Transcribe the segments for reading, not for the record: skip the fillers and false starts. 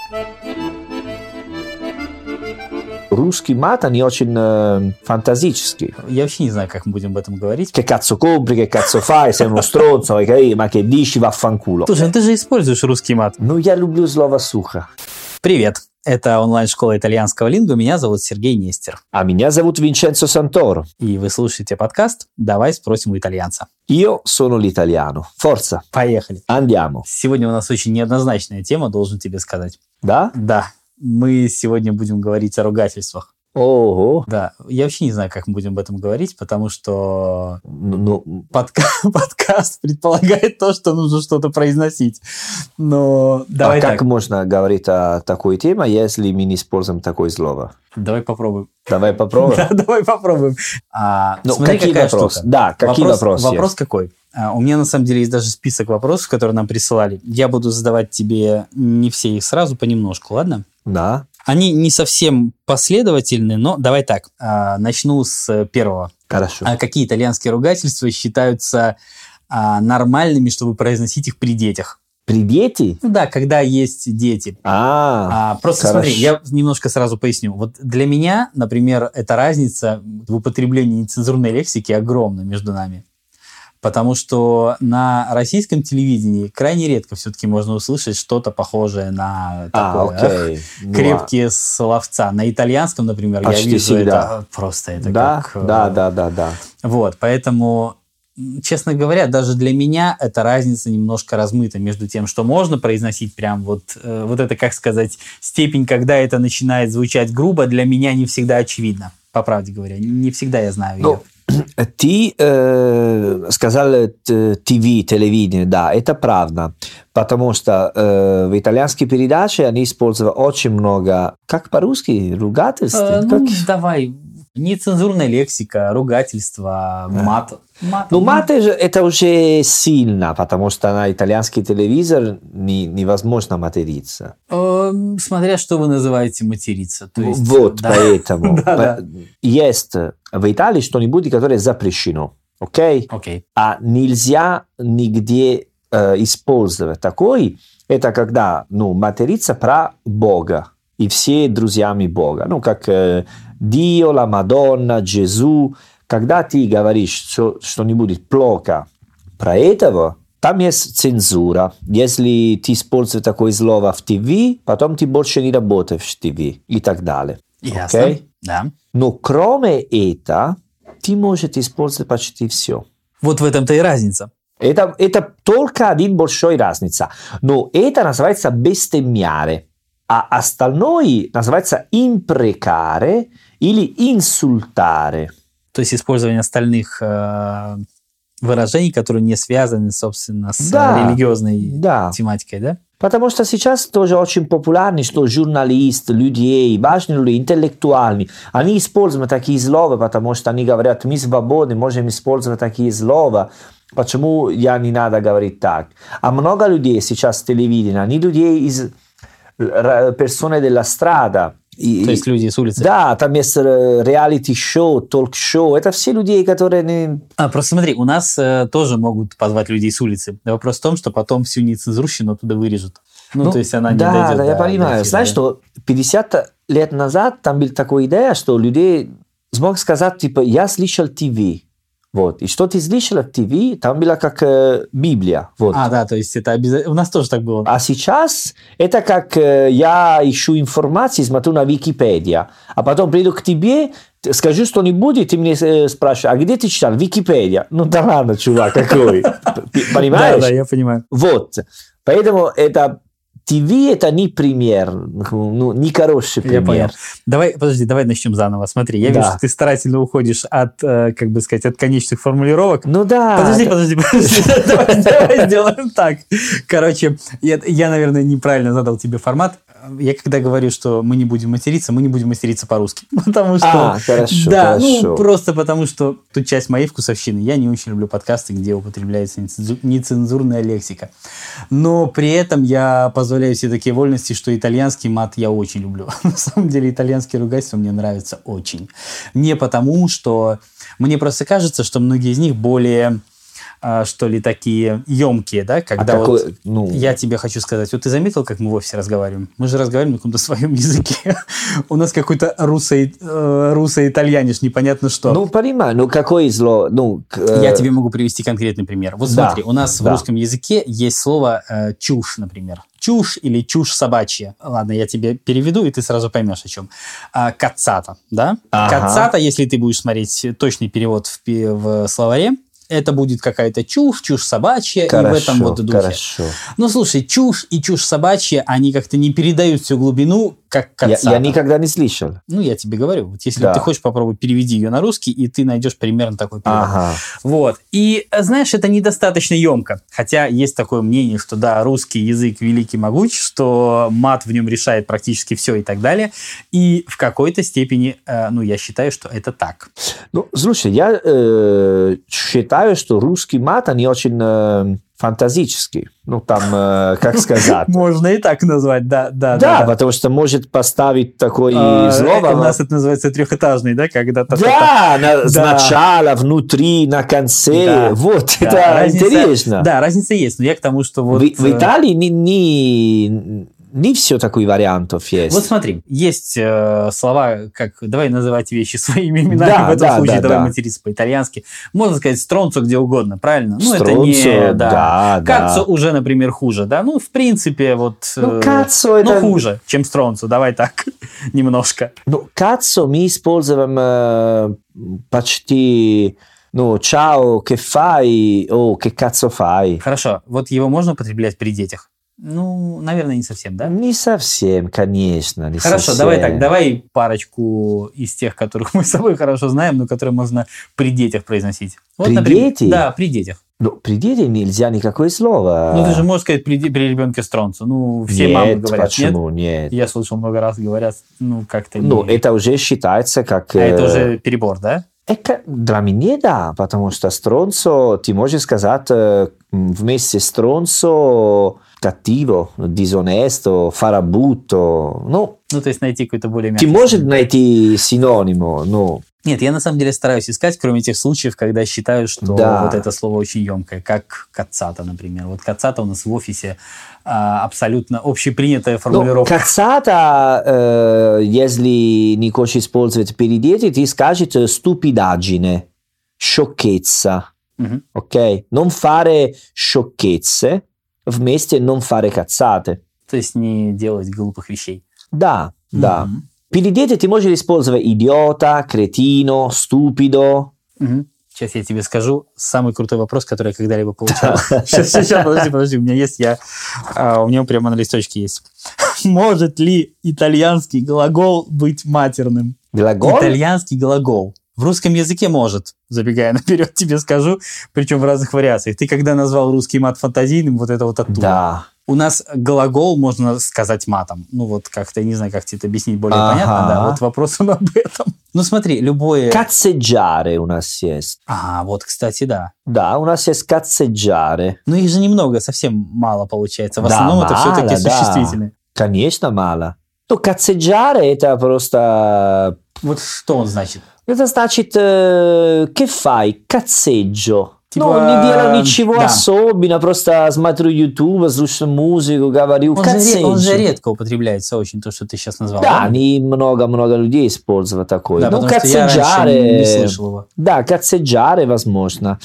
Русский мат, они очень фантастические. Я вообще не знаю, как мы будем об этом говорить. Che cazzo compri, che cazzo fai, sei uno stronzo, ma che dici vaffanculo. Слушай, ты же используешь русский мат. Ну, я люблю слово сухо. Привет, это онлайн-школа итальянского лингу. Меня зовут Сергей Нестер. А меня зовут Винченцо Санторо. И вы слушаете подкаст «Давай спросим у итальянца». Io sono l'italiano. Forza. Поехали. Andiamo. Сегодня у нас очень неоднозначная тема, должен тебе сказать. Да? Да. Мы сегодня будем говорить о ругательствах. Ого. Да, я вообще не знаю, как мы будем об этом говорить, потому что подкаст предполагает то, что нужно что-то произносить. Но давай как можно говорить о такой теме, если мы не используем такое слово? Давай попробуем. Давай попробуем? Да, давай попробуем. Смотри, какие какая вопросы? штука. Да, какие вопросы? Вопрос какой? У меня, на самом деле, есть даже список вопросов, которые нам присылали. Я буду задавать тебе не все их сразу, понемножку, ладно? Да. Они не совсем последовательны, но давай так. Начну с первого. Хорошо. Какие итальянские ругательства считаются нормальными, чтобы произносить их при детях? При дети? Ну да, когда есть дети. Просто хорошо. Смотри, я немножко сразу поясню. Вот для меня, например, эта разница в употреблении нецензурной лексики огромна между нами. Потому что на российском телевидении крайне редко все-таки можно услышать что-то похожее на такое крепкие словца. На итальянском, например, почти я вижу всегда. Это просто это да, как... Да. Вот, поэтому, честно говоря, даже для меня эта разница немножко размыта между тем, что можно произносить прям вот это, как сказать, степень, когда это начинает звучать грубо, для меня не всегда очевидна, по правде говоря. Не всегда я знаю ее. Ты сказал телевидение, да, это правда, потому что в итальянской передаче они используют очень много, как по-русски, ругательств? Давай, нецензурная лексика, ругательство, мат. Мат это уже сильно, потому что на итальянский телевизор невозможно материться. Смотря что вы называете материться. То есть, вот, да. Поэтому есть в Италии что-нибудь, которое запрещено. Окей? А нельзя нигде использовать такой. Это когда материться про Бога и все друзьями Бога. Как Dio, la Madonna, Gesù. Когда ты говоришь что-нибудь плохо про этого, там есть цензура. Если ты используешь такое слово в ТВ, потом ты больше не работаешь в ТВ и так далее. Ясно, okay? Да. Но кроме этого, ты можешь использовать почти все. Вот в этом-то и разница. Это только один большой разница. Но это называется bestemmiare. А остальное называется imprecare или insultare. То есть использование остальных выражений, которые не связаны, собственно, с религиозной тематикой, да? Потому что сейчас тоже очень популярно, что журналисты, люди, важные люди, интеллектуальные, они используют такие слова, потому что они говорят, мы свободны, можем использовать такие слова, почему я не надо говорить так. А много людей сейчас в телевидении, они людей из persone della strada. То есть люди с улицы. Да, там есть реалити-шоу, толк-шоу. Это все люди, которые... Просто смотри, у нас тоже могут позвать людей с улицы. Вопрос в том, что потом всю нецензурщину оттуда вырежут. То есть она не дойдет. Да, я понимаю. Знаешь, что 50 лет назад там была такая идея, что люди смогут сказать, типа, я слышал ТВ. Вот. И что ты слышал в ТВ, там была как Библия. Вот. Да, то есть это обязательно... У нас тоже так было. А сейчас это как я ищу информацию, смотрю на Википедия, а потом приду к тебе, скажу что-нибудь, и ты мне спрашиваешь, а где ты читал? Википедия. Да ладно, чувак, какой. Понимаешь? Да, я понимаю. Вот. Поэтому это... ТВ это не пример, не хороший пример. Я понял. Давай начнем заново. Смотри, я вижу, что ты старательно уходишь от, как бы сказать, от конечных формулировок. Подожди. Давай сделаем так. Короче, я, наверное, неправильно задал тебе формат. Я когда говорю, что мы не будем материться по-русски. Потому что... Хорошо, да, хорошо. Просто потому что тут часть моей вкусовщины. Я не очень люблю подкасты, где употребляется нецензурная лексика. Но при этом я позволяю себе такие вольности, что итальянский мат я очень люблю. На самом деле итальянские ругательства мне нравятся очень. Не потому, что... Мне просто кажется, что многие из них более что ли, такие емкие, да, когда я тебе хочу сказать, вот ты заметил, как мы в офисе разговариваем? Мы же разговариваем на каком-то своем языке. У нас какой-то руссо-итальяниш, непонятно что. Ну, понимаю, ну какое зло? Я тебе могу привести конкретный пример. Вот смотри, у нас в русском языке есть слово «чушь», например. Чушь или чушь собачья. Ладно, я тебе переведу, и ты сразу поймешь, о чем. Кацата, да? Кацата, если ты будешь смотреть точный перевод в словаре, это будет какая-то чушь собачья, хорошо, и в этом вот духе. Хорошо. Ну, слушай, чушь и чушь собачья, они как-то не передают всю глубину, как кацата. Я никогда не слышал. Ну, я тебе говорю. Вот если ты хочешь, попробуй переведи ее на русский, и ты найдешь примерно такой перевод. Вот. И, знаешь, это недостаточно емко. Хотя есть такое мнение, что да, русский язык великий могуч, что мат в нем решает практически все и так далее. И в какой-то степени, я считаю, что это так. Ну, слушай, я считаю, что русский мат, они очень фантазический. Ну, там, как сказать. Можно и так назвать, да. Да, потому что может поставить такое слово. У нас это называется трехэтажный, да? Когда-то. Да, сначала, внутри, на конце. Да. Вот, это интересно. Да, разница есть. Но я к тому, что вот... В Италии не все таких вариантов есть. Вот смотри, есть слова, как давай называть вещи своими именами, в этом случае давай материться по-итальянски. Можно сказать стронцо где угодно, правильно? Ну, это не... Каццо уже, например, хуже, да? Ну, в принципе, вот... каццо это... хуже, чем стронцо, давай так, немножко. Ну, каццо мы используем почти... Ну, чао, che fai, о, che cazzo fai. Хорошо, вот его можно употреблять при детях? Ну, наверное, не совсем, да? Не совсем, конечно, не Хорошо, совсем. давай парочку из тех, которых мы с собой хорошо знаем, но которые можно при детях произносить. Вот, при детях? Да, при детях. Ну, при детях нельзя никакое слово. Ну, ты же можешь сказать при ребенке стронцо. Ну, все мамы говорят. Почему? Нет. Я слышал много раз, говорят, как-то... Ну, это уже считается как... это уже перебор, да? Для меня да, потому что стронцо, ты можешь сказать вместе стронцо cattivo, disonesta, farabutto. Ну, то есть найти какой-то более мягкий. Ты можешь найти синониму, ну... Нет, я на самом деле стараюсь искать, кроме тех случаев, когда считаю, что вот это слово очень емкое, как кацата, например. Вот кацата у нас в офисе абсолютно общепринятая формулировка. Ну, кацата, если не хочешь использовать перед детьми, ты скажешь stupidaggine, sciocchezza. Ok? Non fare sciocchezze, вместе non fare cazzate. То есть не делать глупых вещей. Да. Перед детьми ты можешь использовать идиота, кретино, ступидо. Сейчас я тебе скажу самый крутой вопрос, который я когда-либо получал. Сейчас, подожди, у меня есть, у меня прямо на листочке есть. Может ли итальянский глагол быть матерным? Глагол? Итальянский глагол. В русском языке может, забегая наперед, тебе скажу, причем в разных вариациях. Ты когда назвал русский мат фантазийным, вот это вот оттуда. Да. У нас глагол можно сказать матом. Ну вот как-то, я не знаю, как тебе это объяснить более понятно. Да, вот вопрос он об этом. Ну смотри, любое... Cazzeggiare у нас есть. Вот, кстати, да. Да, у нас есть cazzeggiare. Но их же немного, совсем мало получается. В основном это все-таки существительные. Конечно, мало. Но cazzeggiare это просто... Вот что он значит? Это значит, che fai? Cazzeggio. Типа, не делаю ничего особенного, просто смотрю YouTube, слушаю музыку, говорю cazzeggio. Он же редко употребляется очень, то, что ты сейчас назвал. Да, не много людей используют такое. Да, потому что я раньше не слышал его. Да, cazzeggiare, возможно.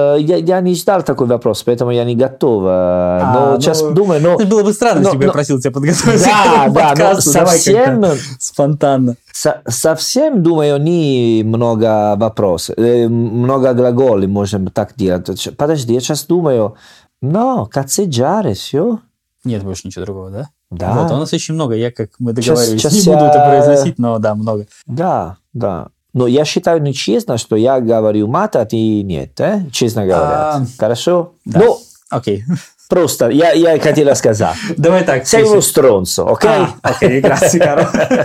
Я не ждал такой вопрос, поэтому я не готов. Но сейчас думаю... Было бы странно, если бы я просил тебя подготовиться к этому подкасту. Да, совсем... Спонтанно. Совсем, думаю, не много вопросов, много глаголов можем так делать. Подожди, я сейчас думаю, cazzeggiare, все. Нет больше ничего другого, да? Да. Вот, у нас очень много, как мы договаривались, не буду это произносить, но да, много. Да. Но я считаю нечестно, что я говорю мат, а ты нет, честно говоря. Хорошо? Да. Окей. Просто я хотела сказать. Давай так. Sei uno stronzo, окей? Окей, grazie, Каро.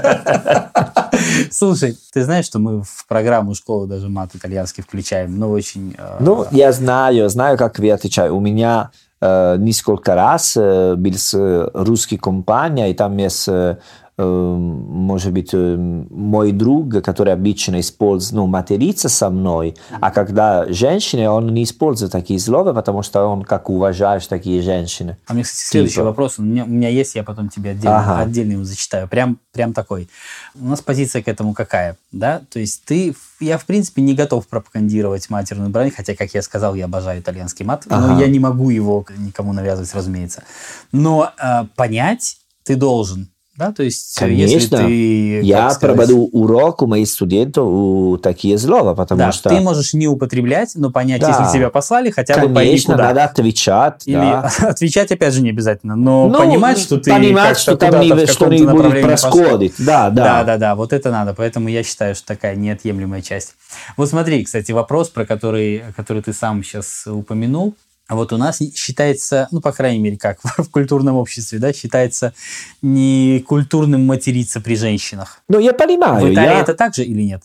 Слушай, ты знаешь, что мы в программу школы даже мат итальянский включаем, но очень... я знаю, как вы отвечаете. У меня несколько раз был с русской компанией, и там есть может быть, мой друг, который обычно использует, матерится со мной, а когда женщина, он не использует такие слова, потому что он как уважаешь такие женщины. А у меня, кстати, следующий вопрос. У меня есть, я потом тебе отдельно его зачитаю. Прям такой. У нас позиция к этому какая? Да? То есть я, в принципе, не готов пропагандировать матерную брань, хотя, как я сказал, я обожаю итальянский мат, но я не могу его никому навязывать, разумеется. Но понять ты должен. Да, то есть, конечно, если ты, я проведу урок у моих студентов такие слова, потому что... ты можешь не употреблять, но понять, если тебя послали, хотя бы пойми куда. Конечно, надо отвечать. Или отвечать, опять же, не обязательно, но понимать, что ты понимать, что там что-нибудь происходит. Да, вот это надо. Поэтому я считаю, что такая неотъемлемая часть. Вот смотри, кстати, вопрос, про который ты сам сейчас упомянул. Вот у нас считается, по крайней мере, как в культурном обществе, да, считается не культурным материться при женщинах. Я понимаю. В Италии это так же или нет?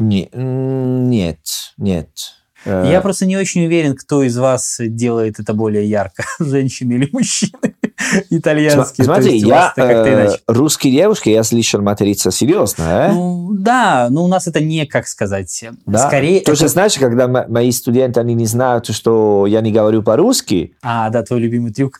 Нет. Я просто не очень уверен, кто из вас делает это более ярко, женщины или мужчины итальянские. Смотри, я русские девушки, я слышал материться серьезно. У нас это не, как сказать, скорее... Тоже знаешь, когда мои студенты, они не знают, что я не говорю по-русски. Да, твой любимый трюк.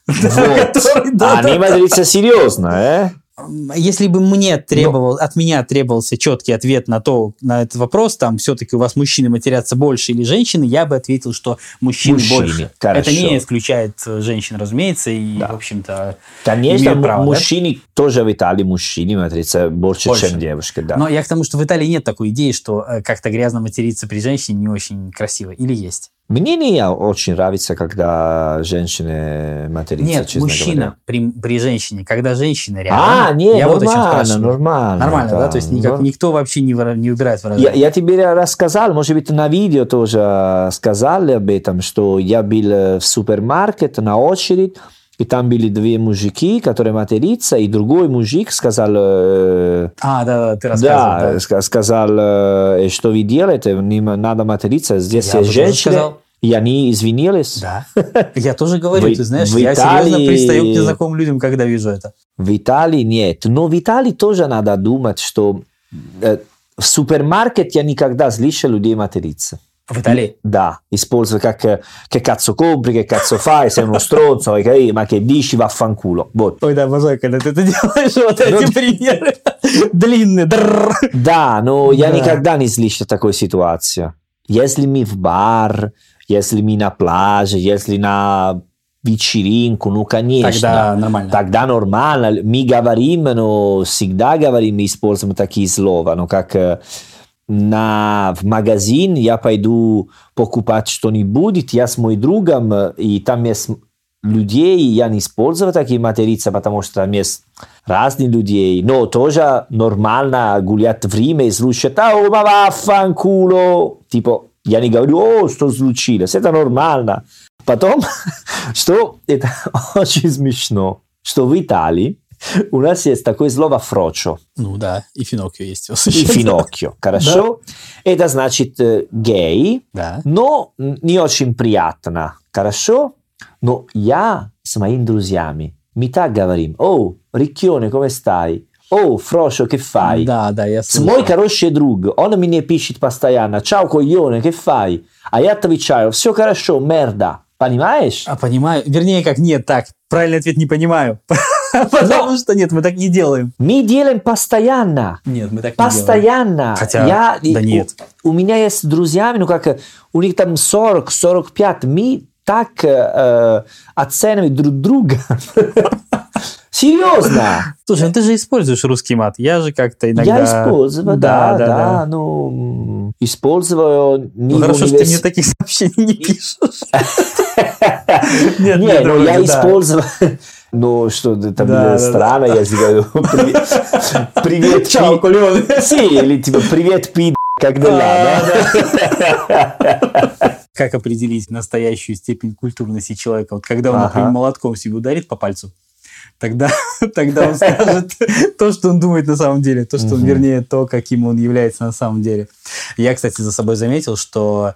Они матерятся серьезно, Если бы от меня требовался четкий ответ на этот вопрос, там все-таки у вас мужчины матерятся больше или женщины, я бы ответил, что мужчины больше. Хорошо. Это не исключает женщин, разумеется, и, в общем-то, конечно, мужчины тоже в Италии мужчины матерятся больше, чем девушки. Да. Но я к тому, что в Италии нет такой идеи, что как-то грязно материться при женщине не очень красиво. Или есть? Мне не очень нравится, когда женщины матерятся, нет, честно мужчина говоря. При женщине, когда женщина рядом. Нет, нормально. Нормально, да? То есть никто вообще не выбирает выражение. Я тебе рассказал, может быть, на видео тоже сказали об этом, что я был в супермаркете на очередь, и там были две мужики, которые матерятся, и другой мужик сказал... ты рассказывал. Да, сказал, что вы делаете, не надо материться, здесь есть женщины. И они извинились. Да, я тоже говорю, ты знаешь, я серьезно пристаю к незнакомым людям, когда вижу это. В Италии нет, но в Италии тоже надо думать, что в супермаркете я никогда слышал людей материться. В Италии? Да, используя che cazzo compri, che cazzo fai, sei uno stronzo, ma che dici vaffanculo. Вот. Ой, да, обожаю, когда ты это делаешь, вот эти примеры длинные. Да, но я никогда не слышал такой ситуации. Если мы в бар, если мы на пляже, если на вечеринку, конечно. Тогда нормально. Мы говорим, но всегда говорим, используем такие слова, но как... в магазин я пойду покупать что-нибудь, я с моим другом, и там есть людей, я не использую такие материться, потому что там есть разные людей, но тоже нормально гулять в Риме и слушать «Ау, ма ваффанкуло!» Типа, я не говорю что случилось, это нормально. Потом, что это очень смешно, что в Италии у нас есть такое слово «фрочо». Да, и Финоккио есть. И Финоккио, хорошо. Да. Это значит гей, но не очень приятно, хорошо. Но я с моими друзьями, мы так говорим: «О, Рicchione, come stai? О, Фрочо, che fai?» Да, я слышал. Мой хороший друг, он мне пишет постоянно: «Ciao, coglione, che fai?» А я отвечаю: «Все хорошо, мерда». Понимаешь? Понимаю. Вернее, как нет, так. Правильный ответ не понимаю. Потому что нет, мы так не делаем. Мы делаем постоянно. Нет, мы так не делаем. Постоянно. Хотя, нет. У меня есть друзьями, у них там 40-45, мы так оцениваем друг друга. Серьезно. Слушай, ты же используешь русский мат. Я же как-то иногда... Я использую, да. Использую... Хорошо, что ты мне таких сообщений не пишешь. Нет, я использую... Ну, что это было странно, я говорю: «Привет, чао, кулён». Или типа «Привет, пи***, как дела?» Как определить настоящую степень культурности человека? Вот когда он, например, молотком себе ударит по пальцу, тогда он скажет то, что он думает на самом деле, вернее, то, каким он является на самом деле. Я, кстати, за собой заметил, что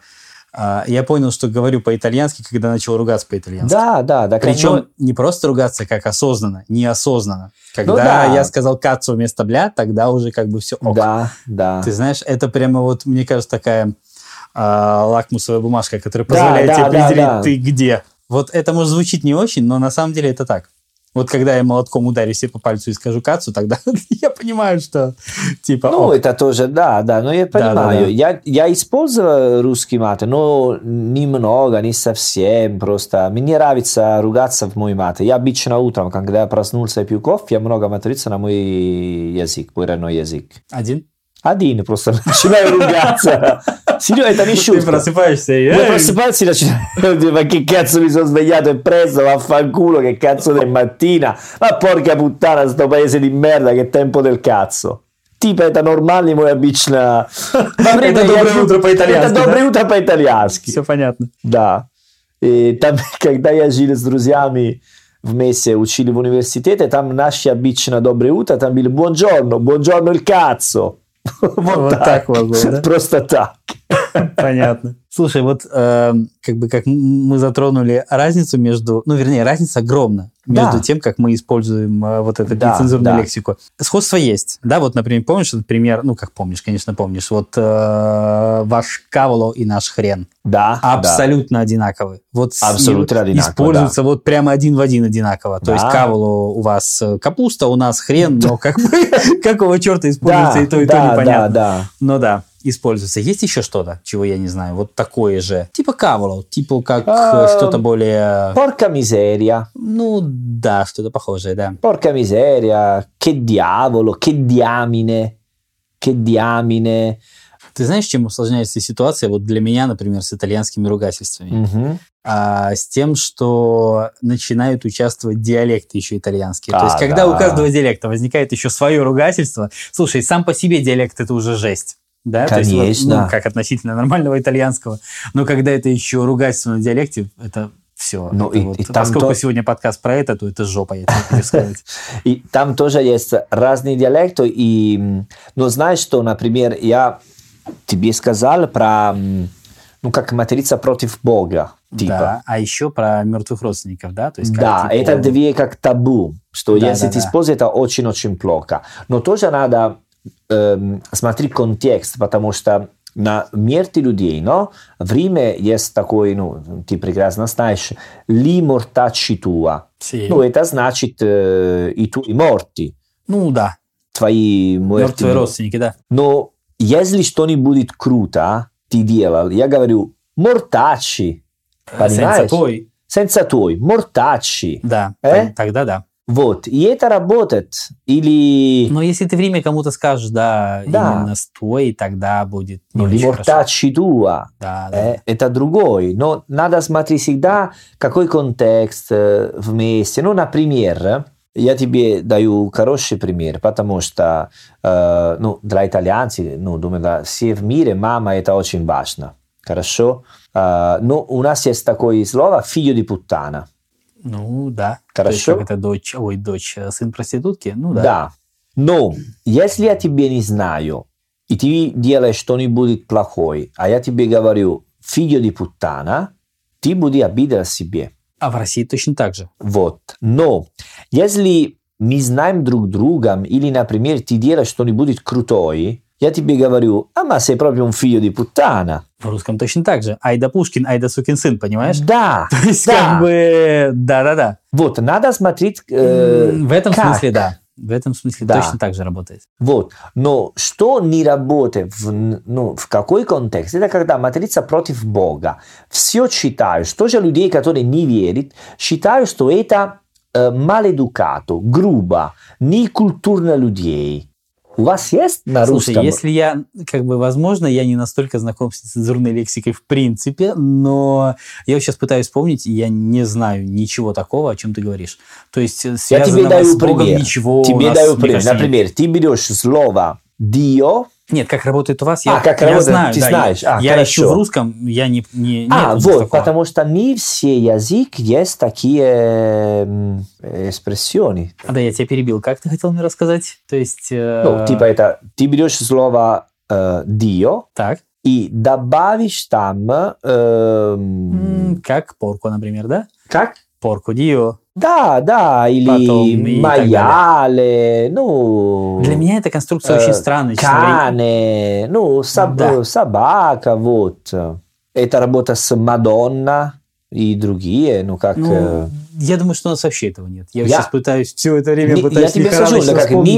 Я понял, что говорю по-итальянски, когда начал ругаться по-итальянски. Да. Причем не просто ругаться, как осознанно, неосознанно. Когда я сказал «кацо» вместо «бля», тогда уже как бы все ок. Да. Ты знаешь, это прямо вот, мне кажется, такая лакмусовая бумажка, которая позволяет тебе определить, ты где. Вот это, может, звучит не очень, но на самом деле это так. Вот когда я молотком ударю себе по пальцу и скажу «кацу», тогда я понимаю, что типа... это тоже, да, но я понимаю. Я использую русский мат, но немного, не совсем, просто мне нравится ругаться в мой мат. Я обычно утром, когда я проснулся и пью кофе, я много материться на мой язык, мой родной язык. Один, просто начинаю ругаться. Серьезно, это не шутка. Ты просыпаешься и... Io prосыпаюсь e начинаю, ma che cazzo mi sono svegliato e presto, vaffanculo, che cazzo di mattina, ma porca puttana, sto paese di merda, che tempo del cazzo. Типа это нормальный мой обычно... Это доброе утро по-итальянски. Это доброе утро по-итальянски. Все понятно. Да. И там, когда я жил с друзьями вместе, учили в университете, там наши обычно доброе утро, там были buongiorno il cazzo. Вот так вот было, да? Просто так. Понятно. Слушай, вот как мы затронули разницу между... разница огромна между тем, как мы используем вот эту нецензурную лексику. Сходство есть. Да, вот, например, помнишь этот пример? Как помнишь, конечно, помнишь. Вот ваш каволо и наш хрен. Да. Абсолютно одинаковые. Вот абсолютно одинаково, используются вот прямо один в один одинаково. То есть каволо у вас капуста, у нас хрен, но какого черта используется и то непонятно. Но да. Используется. Есть еще что-то, чего я не знаю, вот такое же? Типа каволо, типа как что-то более... Porca miseria. Да, что-то похожее, да. Porca miseria, che diavolo, che diamine. Ты знаешь, чем усложняется ситуация вот для меня, например, с итальянскими ругательствами? С тем, что начинают участвовать диалекты еще итальянские. То есть, когда у каждого диалекта возникает еще свое ругательство, слушай, сам по себе диалект это уже жесть. Да? Конечно. То есть, как относительно нормального итальянского. Но когда это еще ругательство на диалекте, это все. Поскольку сегодня подкаст про это, то это жопа, я тебе хочу сказать. И там тоже есть разные диалекты. Но знаешь, что, например, я тебе сказал про как материться против Бога. Типа. Да, а еще про мертвых родственников, да? То есть, это две как табу, что если ты используешь, это очень-очень плохо. Но тоже надо смотреть контекст, потому что на смерти людей, в Риме есть такой, ты прекрасно знаешь, li mortacci tua. Sì. Это значит и твои morti. Да. Твои мертвые родственники, да. Но если что-нибудь круто ты делал, я говорю mortacci. Понимаешь? Senza tuoi. Mortacci. Да, тогда да. Вот, и это работает. Но если ты в Риме кому-то скажешь, именно стой, тогда будет не очень mortacci tua. Это другой. Но надо смотреть всегда, какой контекст вместе. Например, я тебе даю хороший пример, потому что для итальянцев, думаю, все в мире мама это очень важно. Хорошо? Но у нас есть такое слово «figlio di puttana». Да. Хорошо. То есть, как это дочь, сын проститутки? Да. Да. Но если я тебе не знаю, и ты делаешь что-нибудь плохое, а я тебе говорю «figlio di puttana», ты будешь обиден себе. А в России точно так же. Вот. Но если мы знаем друг друга, или, например, ты делаешь что-нибудь крутое, я тебе говорю, ma sei proprio un figlio di puttana. В русском точно так же. Айда Пушкин, айда сукин сын, понимаешь? Да. То есть, как бы, да. Вот, надо смотреть, в этом смысле, да. В этом смысле точно так же работает. Вот. Но что не работает в какой контекст? Это когда материться против Бога. Все считают, тоже людей, которые не верят, считают, что это малэдукато, грубо, не культурно людей. У вас есть на русском? Слушай, если я, возможно, я не настолько знаком с нецензурной лексикой в принципе, но я сейчас пытаюсь вспомнить, и я не знаю ничего такого, о чем ты говоришь. То есть, связанного с Богом ничего у нас, даю пример. Например, ты берешь слово «Dio». Нет, как работает у вас, я работает, знаю. Ты знаешь. Я ищу в русском, я не вот, потому что не все языки есть такие экспрессионы. Да, я тебя перебил. Как ты хотел мне рассказать? То есть... типа это, ты берешь слово «Dio», так. и добавишь там... Как порку, например, да? Как? Порку дио. Да, или майяле, ну... Для меня эта конструкция очень странная. Кане, ну, собака, вот. Это работа с Мадонна и другие, ну, как... Я думаю, что у нас вообще этого нет. Я сейчас пытаюсь все это время я тебе скажу, как не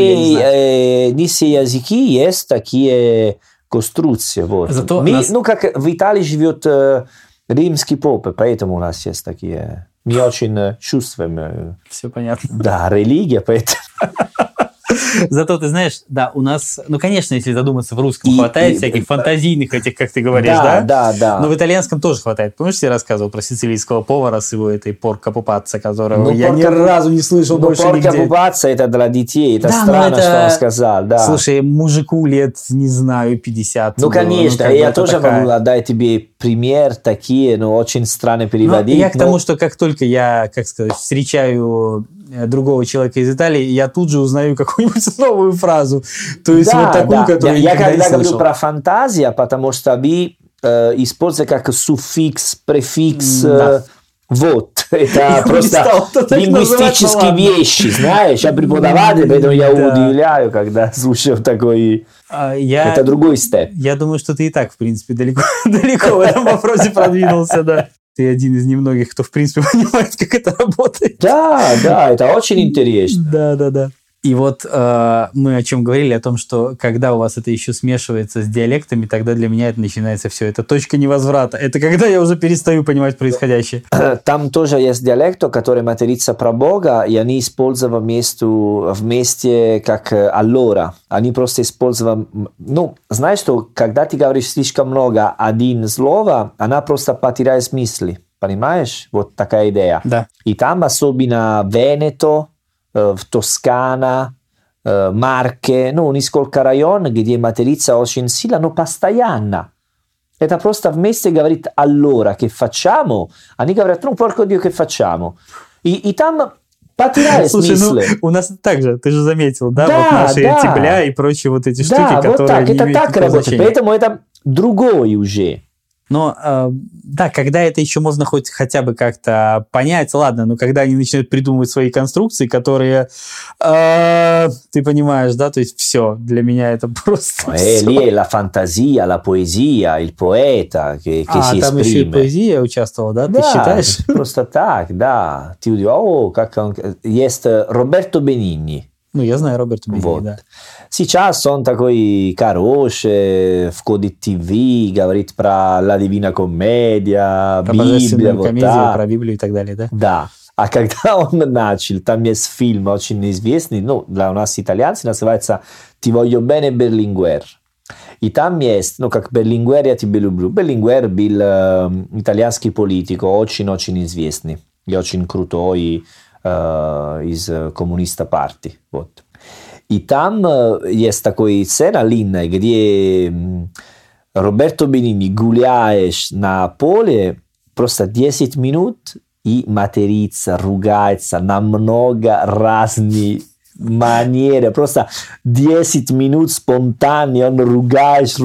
все языки есть такие конструкции. Вот. Зато ну, как в Италии живет римский поп, поэтому у нас есть такие... Мы очень чувствуем... Все понятно. Да, религия, поэтому... Зато ты знаешь, да, у нас, ну, конечно, если задуматься, в русском хватает всяких фантазийных этих, как ты говоришь, да? Да. Но в итальянском тоже хватает. Помнишь, я рассказывал про сицилийского повара с его этой порка пупаццо, которого я ни разу не слышал больше нигде. Порка пупаццо это для детей, это странно, что он сказал, да. Слушай, мужику лет, не знаю, 50. Ну, конечно, я тоже могу дать тебе пример, такие, но очень странно переводить. Я к тому, что как только я, как сказать, встречаю другого человека из Италии, я тут же узнаю какую-нибудь новую фразу. То есть вот такую, которую я никогда не слышал. Я говорю про фантазия, потому что вы используете как суффикс, префикс, вот. Это просто лингвистические вещи, знаешь. Я преподаватель, поэтому я удивляю, когда слушаю такой... Это другой степ. Я думаю, что ты и так, в принципе, далеко в этом вопросе продвинулся, да. Ты один из немногих, кто, в принципе, понимает, как это работает. Да, это очень интересно. Да. И вот мы о чем говорили, о том, что когда у вас это еще смешивается с диалектами, тогда для меня это начинается все. Это точка невозврата. Это когда я уже перестаю понимать происходящее. Там тоже есть диалект, который матерится про Бога, и они используют вместе как allora. Они просто используют... Ну, знаешь, что когда ты говоришь слишком много один слово, она просто потеряет смысл. Понимаешь? Вот такая идея. Да. И там особенно Венето, в Тоскана, Марке, ну, несколько районов, где матерится очень сильно, но постоянно. Это просто вместе говорит allora, che facciamo, они говорят, ну, порко Dio, che facciamo. И там потеряли смысл. Слушай, ну, у нас так же, ты же заметил, да? Вот наши эти бля и прочие вот эти штуки, вот которые так, не это имеют так работает, поэтому это другое уже. Но, да, когда это еще можно хотя бы как-то понять, ладно, но когда они начинают придумывать свои конструкции, которые, ты понимаешь, да, то есть все, для меня это просто lì è la fantasia, la poesia, il poeta che si там esprime. еще и поэзия участвовала, да, ты считаешь? Просто так, да. Ты удивил, как он... Есть Роберто Бенигни. Ну, я знаю Роберто Бенигни, вот. да. Сейчас он такой хороший, в Коде ТВ, говорит про La Divina Commedia, про Библия, вот комедию, так. про Библию и так далее, да? Да. А когда он начал, там есть фильм очень известный, ну, для нас итальянцев, называется «Ti voglio bene Berlinguer». И там есть, ну, как Berlinguer, я тебя люблю. Berlinguer был итальянский политик, очень-очень известный и очень крутой из коммуниста партии. Вот. И там есть такая сцена длинная, где Роберто Бенигни гуляешь на поле просто 10 минут и матерится, ругается на много разных манер. Просто 10 минут спонтанно он ругаешь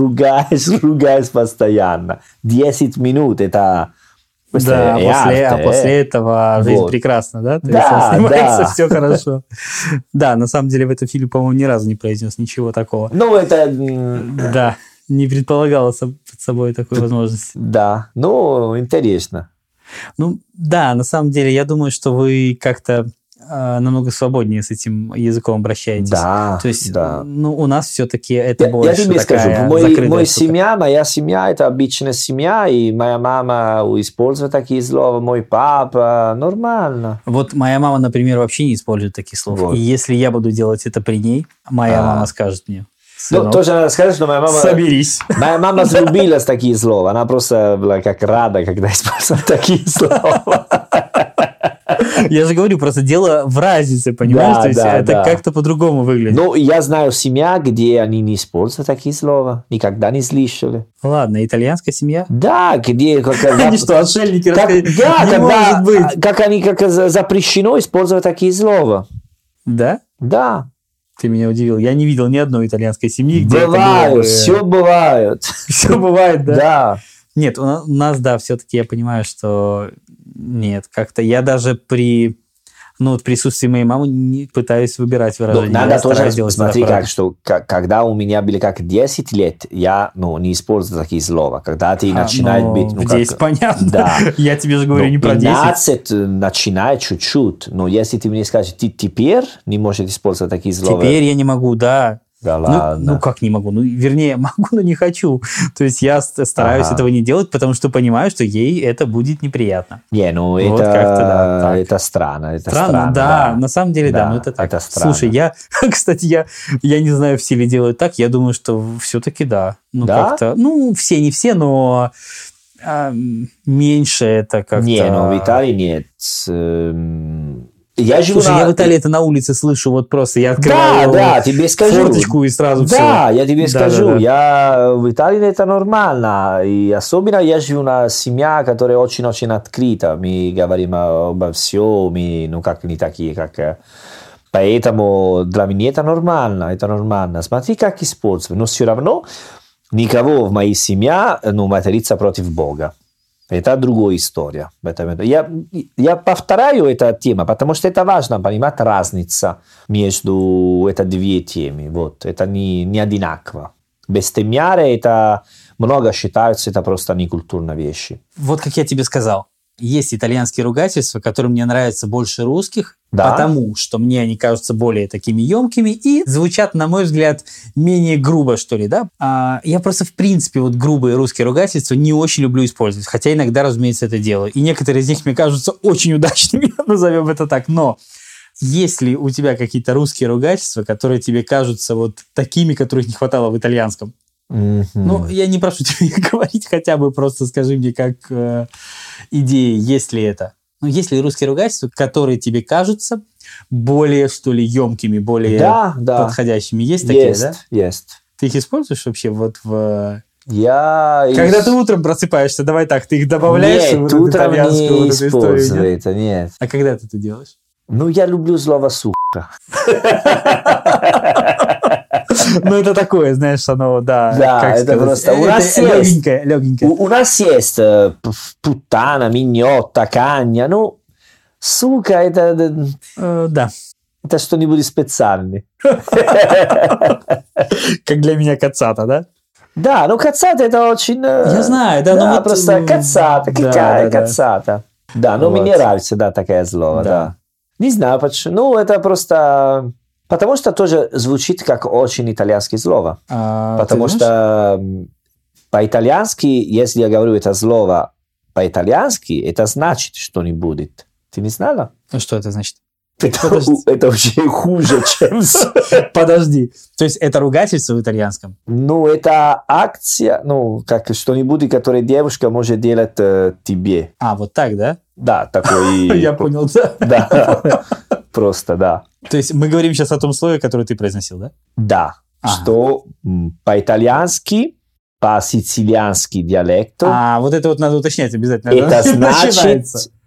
постоянно. 10 минут это... Да, после этого жизнь прекрасна, да? То есть он снимается, все хорошо. Да, на самом деле в этом фильме, по-моему, ни разу не произнес ничего такого. Ну, это... Да, не предполагалось под собой такой возможности. Да, ну, интересно. Ну, да, на самом деле, я думаю, что вы как-то намного свободнее с этим языком обращаетесь. Да, то есть, да. Ну, у нас все-таки это больше я тебе такая скажу, моя семья, это обычная семья, и моя мама использует такие слова, мой папа, нормально. Вот моя мама, например, вообще не использует таких слов. Вот. И если я буду делать это при ней, моя мама скажет мне: сынок, ну, тоже надо сказать, что моя мама... Соберись. Моя мама влюбилась в такие слова. Она просто была как рада, когда использовала такие слова. Я же говорю, просто дело в разнице, понимаешь? Да, то есть это как-то по-другому выглядит. Ну, я знаю семья, где они не используют такие слова. Никогда не слышали. Ладно, итальянская семья? Да, где... Они что, отшельники? Не может быть. Как они запрещено использовать такие слова. Да? Да. Ты меня удивил. Я не видел ни одной итальянской семьи, где бывает, это было бы... все бывает. Все бывает, да? Да. Нет, у нас, да, все-таки я понимаю, что нет, как-то я даже при присутствии моей мамы не пытаюсь выбирать выражения. Надо тоже смотреть, когда у меня были 10 лет, я не использовал такие слова. Когда ты начинаешь быть... в 10 понятно. Да. Я тебе же говорю не про 10. 15 начинает чуть-чуть. Но если ты мне скажешь, ты теперь не можешь использовать такие слова... Теперь я не могу, да. Да ладно. Как не могу? Вернее, могу, но не хочу. То есть я стараюсь этого не делать, потому что понимаю, что ей это будет неприятно. Это странно. Странно, да. На самом деле, да, но это так. Это странно. Слушай, кстати, я не знаю, все ли делают так. Я думаю, что все-таки да. Как-то, все, не все, но меньше это как-то... в Италии нет. Я в Италии это на улице слышу, вот просто я открываю тебе скажу. Форточку и сразу все. Да, я тебе скажу. Я в Италии это нормально. И особенно я живу на семье, которая очень-очень открыта. Мы говорим обо всем, мы не такие, как... Поэтому для меня это нормально. Смотри, как использовать. Но все равно никого в моей семье матерится против Бога. Это другая история. Я повторяю эту тему, потому что это важно понимать разницу между этими две темами. Это не одинаково. Bestemmare это много считаются, это просто некультурные вещи. Вот как я тебе сказал, есть итальянские ругательства, которые мне нравятся больше русских, потому что мне они кажутся более такими емкими и звучат, на мой взгляд, менее грубо, что ли, да? Я просто, в принципе, грубые русские ругательства не очень люблю использовать, хотя иногда, разумеется, это делаю. И некоторые из них мне кажутся очень удачными, назовем это так, но есть ли у тебя какие-то русские ругательства, которые тебе кажутся такими, которых не хватало в итальянском? Mm-hmm. Я не прошу тебя говорить, хотя бы просто скажи мне, как идея, есть ли это. Есть ли русские ругательства, которые тебе кажутся более, что ли, емкими, более подходящими? Есть такие, да? Есть. Ты их используешь вообще Я... Когда ты утром просыпаешься, давай так, ты их добавляешь? Нет, утром не использую это, нет. А когда ты это делаешь? Я люблю слово «сука». Это такое, знаешь, оно, да. Да, это просто... У нас есть... Легенькое. У нас есть путана, миньотта, канья. Сука, это... Да. Это что-нибудь специальное. Как для меня кацата, да? Да, кацата это очень... Я знаю, да. Да, просто кацата, какая кацата. Да, мне нравится, такое слово, да. Не знаю почему. Это просто... Потому что тоже звучит как очень итальянское слово. Потому что по-итальянски, если я говорю это слово по-итальянски, это значит что-нибудь. Ты не знала? Что это значит? Это вообще хуже, чем... Подожди. То есть это ругательство в итальянском? Это акция, как что-нибудь, которое девушка может делать тебе. Вот так, да? Да, такой... Я понял, да. Да, просто, да. То есть мы говорим сейчас о том слове, которое ты произносил, да? Да, что по-итальянски, по-сицилиански диалекту... это надо уточнять обязательно. Это значит,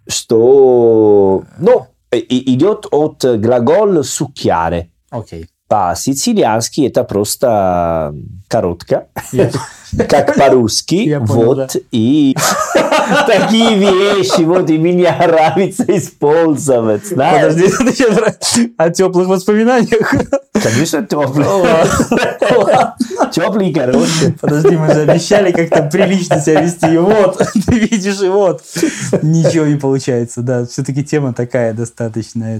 что... идет от глагола «succhiare». Окей. По-сицилиански это просто коротко, как по-русски. И такие вещи, и меня нравится использовать. Подожди, ты сейчас о теплых воспоминаниях? Конечно, теплые. Теплые и хорошие. Подожди, мы же обещали как-то прилично себя вести. И ты видишь, и ничего не получается. Да, все-таки тема такая достаточно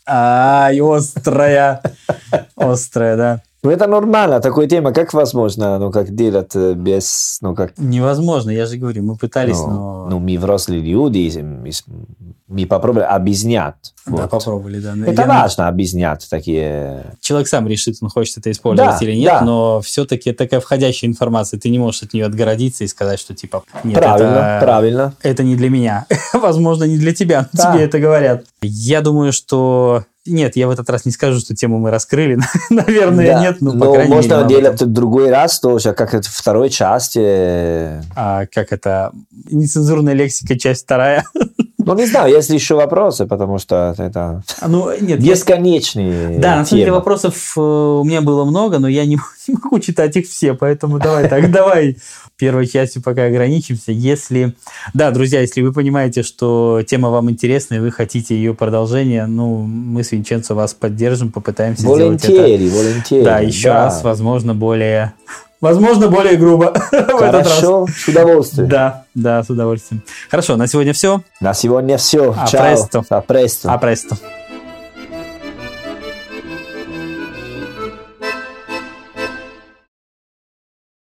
острая. Острая, да. Это нормально, такая тема. Как возможно, как делать без... Невозможно, я же говорю, мы пытались, но... мы взрослые люди, мы попробовали объяснять. Да, попробовали, да. Это важно, объяснять такие... Человек сам решит, он хочет это использовать или нет, но все-таки такая входящая информация, ты не можешь от нее отгородиться и сказать, что нет, правильно. Это не для меня. Возможно, не для тебя, но тебе это говорят. Я думаю, что... Нет, я в этот раз не скажу, что тему мы раскрыли. Наверное, нет, по крайней мере. Можно делать другой раз тоже, как это второй части. Как это? Нецензурная лексика, часть 2. Ну, не знаю, есть ли еще вопросы, потому что это нет, бесконечные Да, на самом деле темы. вопросов у меня было много, но я не могу читать их все, поэтому давай первой частью пока ограничимся. Да, друзья, если вы понимаете, что тема вам интересна и вы хотите ее продолжения, мы с Винченцо вас поддержим, попытаемся сделать это. Волонтери. Да, еще раз, возможно, более грубо. Хорошо, с удовольствием. Да, с удовольствием. Хорошо, на сегодня все. На сегодня все. Чао. A presto.